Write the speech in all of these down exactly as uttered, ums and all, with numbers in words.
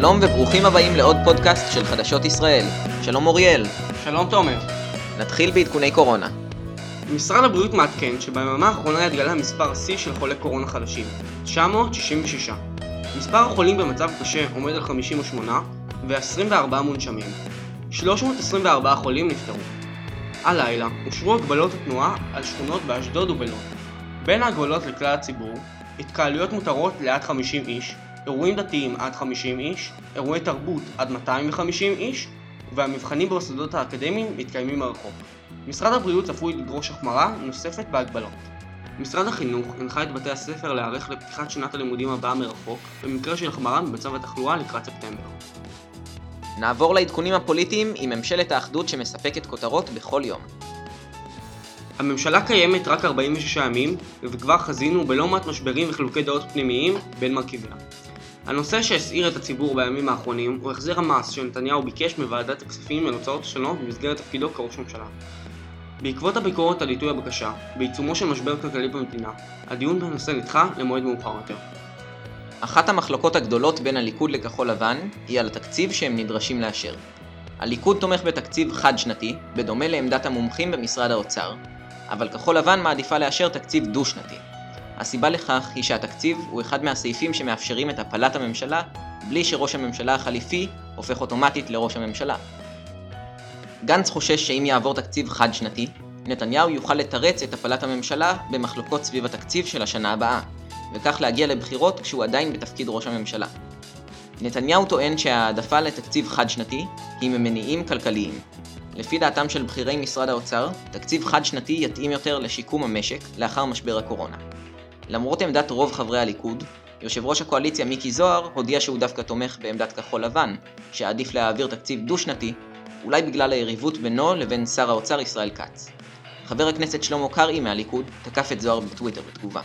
שלום וברוכים הבאים לעוד פודקאסט של חדשות ישראל. שלום אוריאל. שלום תומר. נתחיל בעדכוני קורונה. משרד הבריאות מעדכן שביממה האחרונה התגלה מספר שיא של חולי קורונה חדשים, תשע מאות שישים ושש. מספר החולים במצב קשה עומד על חמישים ושמונה ו-עשרים וארבעה מונשמים. שלוש מאות עשרים וארבעה חולים נפטרו. הלילה אושרו הגבלות התנועה על שכונות באשדוד ובלוד. בין ההגבלות לכלל הציבור, התקהלויות מותרות לעד חמישים איש, אירועים דתיים עד חמישים איש, אירועי תרבות עד מאתיים וחמישים איש, והמבחנים במוסדות האקדמיים מתקיימים מרחוק. משרד הבריאות צפוי לדרוש החמרה נוספת בהגבלות. משרד החינוך הנחה את בתי הספר להיערך לפתיחת שנת הלימודים הבאה מרחוק, במקרה של החמרה במצב התחלואה לקראת ספטמבר. נעבור לעדכונים הפוליטיים עם ממשלת האחדות שמספקת כותרות בכל יום. הממשלה קיימת רק ארבעים ושש ימים, וכבר חזינו בלא מעט משברים וחילוקי דעות פנימיים בין מרכיביה. הנושא שהסעיר את הציבור בימים האחרונים הוא החזר המס שנתניהו ביקש מוועדת הכספים על הוצאות שונות במסגרת תפקידו כראש ממשלה. בעקבות הביקורת על עיתוי הבקשה, בעיצומו של משבר כלכלי במדינה, הדיון בנושא נדחה למועד מאוחר יותר. אחת המחלוקות הגדולות בין הליכוד לכחול לבן היא על התקציב שהם נדרשים לאשר. הליכוד תומך בתקציב חד-שנתי, בדומה לעמדת המומחים במשרד האוצר, אבל כחול לבן מעדיפה לאשר תקציב דו-שנתי. הסיבה לכך היא שהתקציב הוא אחד מהסעיפים שמאפשרים את הפלת הממשלה בלי שראש הממשלה החליפי הופך אוטומטית לראש הממשלה. גנץ חושש שאם יעבור תקציב חד-שנתי, נתניהו יוכל לתרץ את הפלת הממשלה במחלוקות סביב התקציב של השנה הבאה, וכך להגיע לבחירות כשהוא עדיין בתפקיד ראש הממשלה. נתניהו טוען שהעדפה לתקציב חד-שנתי היא ממניעים כלכליים. לפי דעתם של בכירי משרד האוצר, תקציב חד-שנתי יתאים יותר לשיקום המשק לאחר משבר הקורונה. למרות עמדת רוב חברי הליכוד, יושב ראש הקואליציה מיקי זוהר הודיע שהוא דווקא תומך בעמדת כחול לבן, שעדיף להעביר תקציב דו-שנתי, אולי בגלל היריבות בינו לבין שר האוצר ישראל כץ. חבר הכנסת שלמה קרעי מהליכוד תקף את זוהר בטוויטר בתגובה.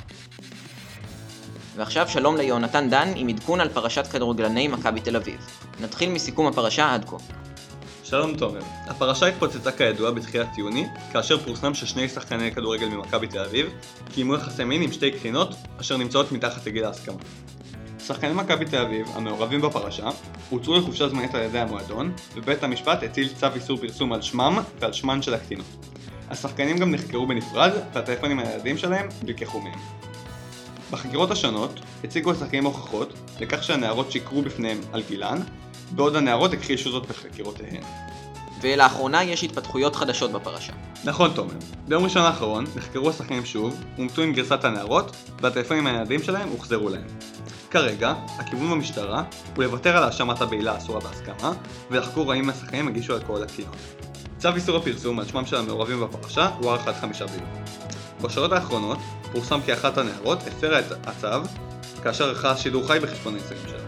ועכשיו שלום ליונתן דן עם עדכון על פרשת כדורגלני מכבי תל אביב. נתחיל מסיכום הפרשה עד כה. שלום תומר, הפרשה התפוצצה כידוע בתחילת יוני, כאשר פורסם ששני שחקני כדורגל ממכבי תל אביב קיימו יחסי מין עם שתי קטינות אשר נמצאות מתחת לגיל ההסכמה. שחקני מכבי תל אביב המעורבים בפרשה הוצאו לחופשה זמנית על ידי המועדון, ובית המשפט הטיל צו איסור פרסום על שמם ועל שמן של הקטינות. השחקנים גם נחקרו בנפרד והטלפונים הילדים שלהם נלקחו מהם. בחקירות השונות הציגו השחקנים הוכחות לכך שהנערות שיקרו בפניהם על גילן, בעוד הנערות הכחישו זאת בחקירותיהן. ולאחרונה יש התפתחויות חדשות בפרשה. נכון תומר, ביום ראשון האחרון נחקרו השחקנים שוב, אומתו עם גרסת הנערות, והטלפונים הילדים שלהם הוחזרו להם. כרגע, הכיוון במשטרה הוא לוותר על האשמת הבעילה האסורה בהסכמה, ולחקור האם השחקנים הגישו אלכוהול לקטינות. צו איסור הפרסום על שמם של המעורבים בפרשה הוארך עד חמישה ביולי. בשעות האחרונות פורסם כי אחת הנערות הפרה את הצו, כאשר ערכה שידור חי בחשבון האינסטגרם שלה.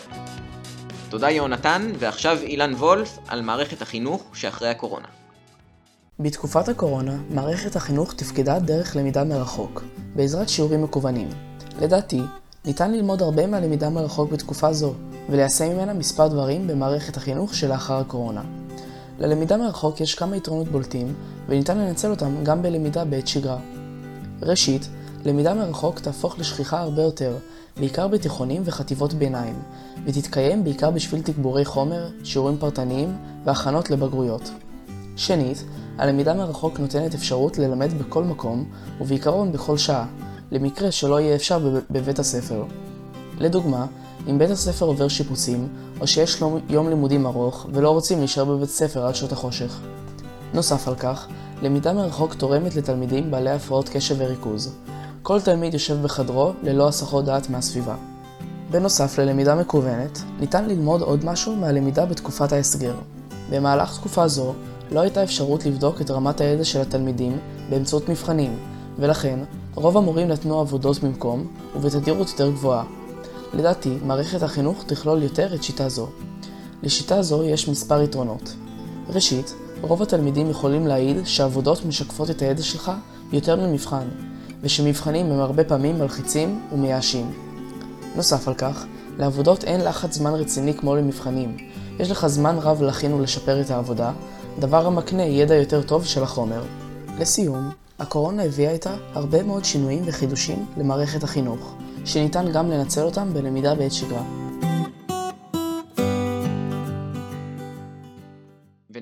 תודה יונתן, ועכשיו אילן וולף על מערכת החינוך שאחרי הקורונה. בתקופת הקורונה, מערכת החינוך תפקדה דרך למידה מרחוק, בעזרת שיעורים מקוונים. לדעתי, ניתן ללמוד הרבה מהלמידה מרחוק בתקופה זו, וליישם ממנה מספר דברים במערכת החינוך שלאחר הקורונה. ללמידה מרחוק יש כמה יתרונות בולטים, וניתן לנצל אותם גם בלמידה בעת שגרה. ראשית, למידה מרחוק תהפוך לשכיחה הרבה יותר, בעיקר בתיכונים וחטיבות ביניים, ותתקיים בעיקר בשביל תגבורי חומר, שיעורים פרטניים והכנות לבגרויות. שנית, הלמידה מרחוק נותנת אפשרות ללמד בכל מקום, ובעיקרון בכל שעה, למקרה שלא יהיה אפשר בבית הספר. לדוגמה, אם בית הספר עובר שיפוצים, או שיש לו יום לימודים ארוך ולא רוצים להישאר בבית ספר עד שעות החושך. נוסף על כך, למידה מרחוק תורמת לתלמידים בעלי הפרעות קשב וריכוז. כל תלמיד יושב בחדרו ללא הסחות דעת מהסביבה. בנוסף ללמידה מקוונת, ניתן ללמוד עוד משהו מהלמידה בתקופת ההסגר. במהלך תקופה זו, לא הייתה אפשרות לבדוק את רמת הידע של התלמידים באמצעות מבחנים, ולכן, רוב המורים נתנו עבודות במקום ובתדירות יותר גבוהה. לדעתי, מערכת החינוך תכלול יותר את שיטה זו. לשיטה זו יש מספר יתרונות. ראשית, רוב התלמידים יכולים להעיד שעבודות משקפות את הידע שלך יותר ממבחן, ושמבחנים הם הרבה פעמים מלחיצים ומייאשים. נוסף על כך, לעבודות אין לחץ זמן רציני כמו למבחנים. יש לך זמן רב להכין ולשפר את העבודה, דבר המקנה ידע יותר טוב של החומר. לסיום, הקורונה הביאה איתה הרבה מאוד שינויים וחידושים למערכת החינוך, שניתן גם לנצל אותם בלמידה בעת שגרה.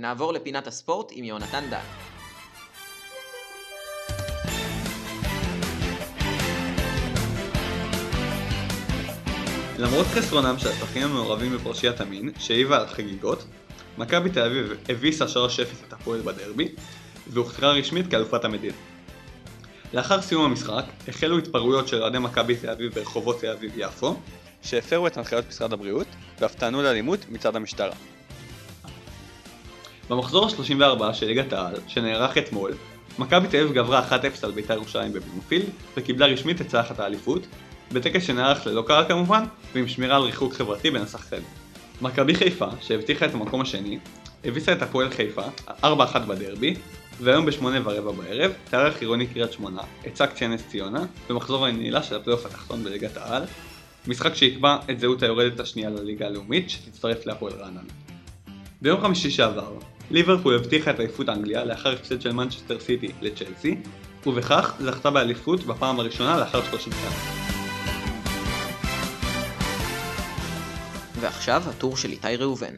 ונעבור לפינת הספורט עם יונתן דן. למרות חסרונם של השחקנים המעורבים בפרשיית המין, שהעיבה על חגיגות, מכבי תל אביב הביסה שלוש אפס את הפועל בדרבי, והוכתרה רשמית כאלופת המדינה. לאחר סיום המשחק, החלו התפרעויות של אוהדי מכבי תל אביב ברחובות תל אביב יפו, שהפרו את הנחיות משרד הבריאות, ואף טענו לאלימות מצד המשטרה. במחזור ה-שלושים וארבע של ליגת העל, שנערך אתמול, מכבי תל אביב גברה אחת אפס על בית"ר ירושלים בבלומפילד, וקיבלה רשמית את צלחת האליפות, בטקס שנערך ללא קהל כמובן, ועם שמירה על ריחוק חברתי בין השחקנים. מכבי חיפה, שהבטיחה את המקום השני, הביסה את הפועל חיפה ארבע אחת בדרבי, והיום בשמונה ורבע בערב תארח עירוני קריית שמונה את סקציה נס ציונה במחזור הנעילה של הפלייאוף התחתון בליגת העל, משחק שיקבע את זהות היורדת השנייה לליגה הלאומית שתצטרף להפועל רעננה. ביום חמישי שעבר, ליברפול הבטיחה את אליפות אנגליה לאחר הפסד של מנצ'סטר סיטי לצ'לסי, ובכך זכתה באליפות בפעם הראשונה לאחר שלושים שנה. ועכשיו הטור של איתי ראובן.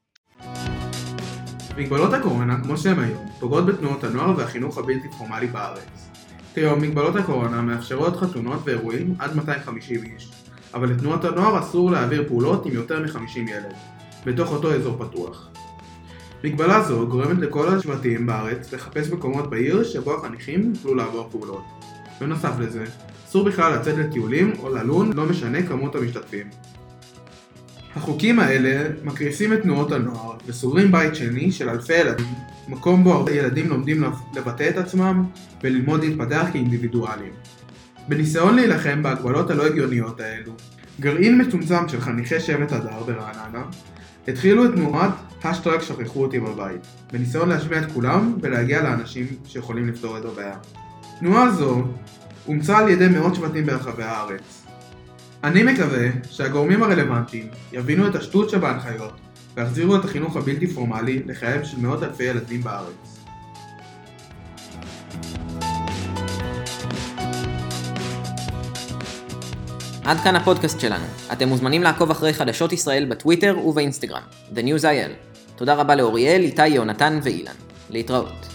מגבלות הקורונה, כמו שהן היום, פוגעות בתנועות הנוער והחינוך הבלתי פורמלי בארץ. כיום, מגבלות הקורונה מאפשרות חתונות ואירועים עד מאתיים וחמישים איש, אבל לתנועות הנוער אסור להעביר פעולות עם יותר מ-חמישים ילד, בתוך אותו אזור פתוח. מגבלה זו גורמת לכל השבטים בארץ לחפש מקומות בעיר שבו החניכים יוכלו לעבור פעולות. בנוסף לזה, אסור בכלל לצאת לטיולים או ללון, לא משנה כמות המשתתפים. החוקים האלה מקריסים את תנועות הנוער וסוגרים בית שני של אלפי ילדים, מקום בו הרבה ילדים לומדים לבטא את עצמם וללמוד להתפתח כאינדיבידואלים. בניסיון להילחם בהגבלות הלא הגיוניות האלו, גרעין מצומצם של חניכי שבט הדר ברעננה התחילו את תנועת השטרק שכחו אותי בבית, בניסיון להשמיע את כולם ולהגיע לאנשים שיכולים לפתור את הבעיה. תנועה זו אומצה על ידי מאות שבטים ברחבי הארץ. אני מקווה שהגורמים הרלוונטיים יבינו את השטות שבהנחיות ויחזירו את החינוך הבלתי פורמלי לחייהם של מאות אלפי ילדים בארץ. עד כאן הפודקאסט שלנו. אתם מוזמנים לעקוב אחרי חדשות ישראל בטוויטר ובאינסטגרם, The News איי אל. תודה רבה לאוריאל, איתי, יונתן ואילן. להתראות.